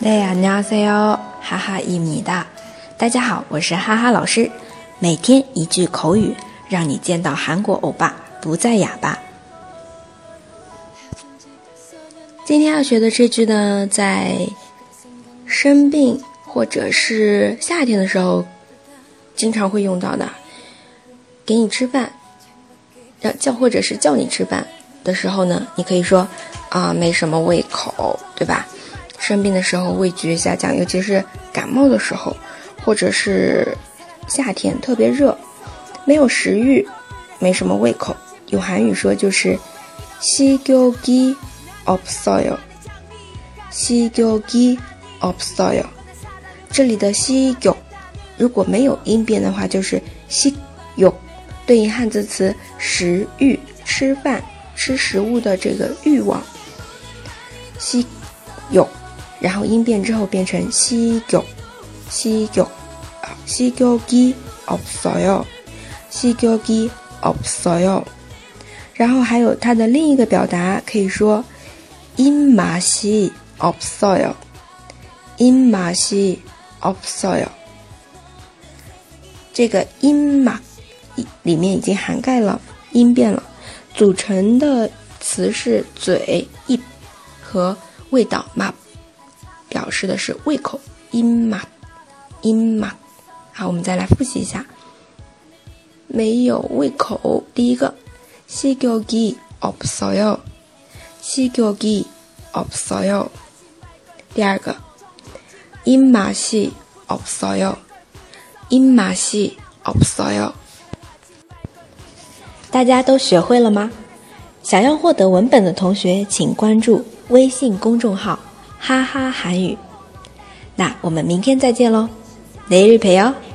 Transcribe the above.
네, 안녕하세요. 하하입니다. 大家好，我是哈哈老师。每天一句口语，让你见到韩国欧巴不再哑巴。今天要学的这句呢，在生病或者是夏天的时候经常会用到的。给你吃饭，或者是叫你吃饭的时候呢，你可以说没什么胃口，对吧？生病的时候味觉下降，尤其是感冒的时候，或者是夏天特别热，没有食欲，没什么胃口，用韩语说就是식욕이 없어요。식욕이 없어요。这里的식욕如果没有音变的话，就是식욕，对应汉字词食欲，吃饭吃食物的这个欲望。식욕，然后音变之后变成식욕，식욕，식욕이 없어요，식욕이 없어요。然后还有它的另一个表达，可以说입맛이 없어요，입맛이 없어요。这个입맛里面已经涵盖了音变了，组成的词是嘴입和味道맛，表示的是胃口입맛。好，我们再来复习一下。没有胃口，第一个식욕이 없어요，식욕이 없어요。第二个입맛이 없어요，입맛이 없어요。大家都学会了吗？想要获得文本的同学，请关注微信公众号哈哈韩语。那我们明天再见咯，내일 봬요。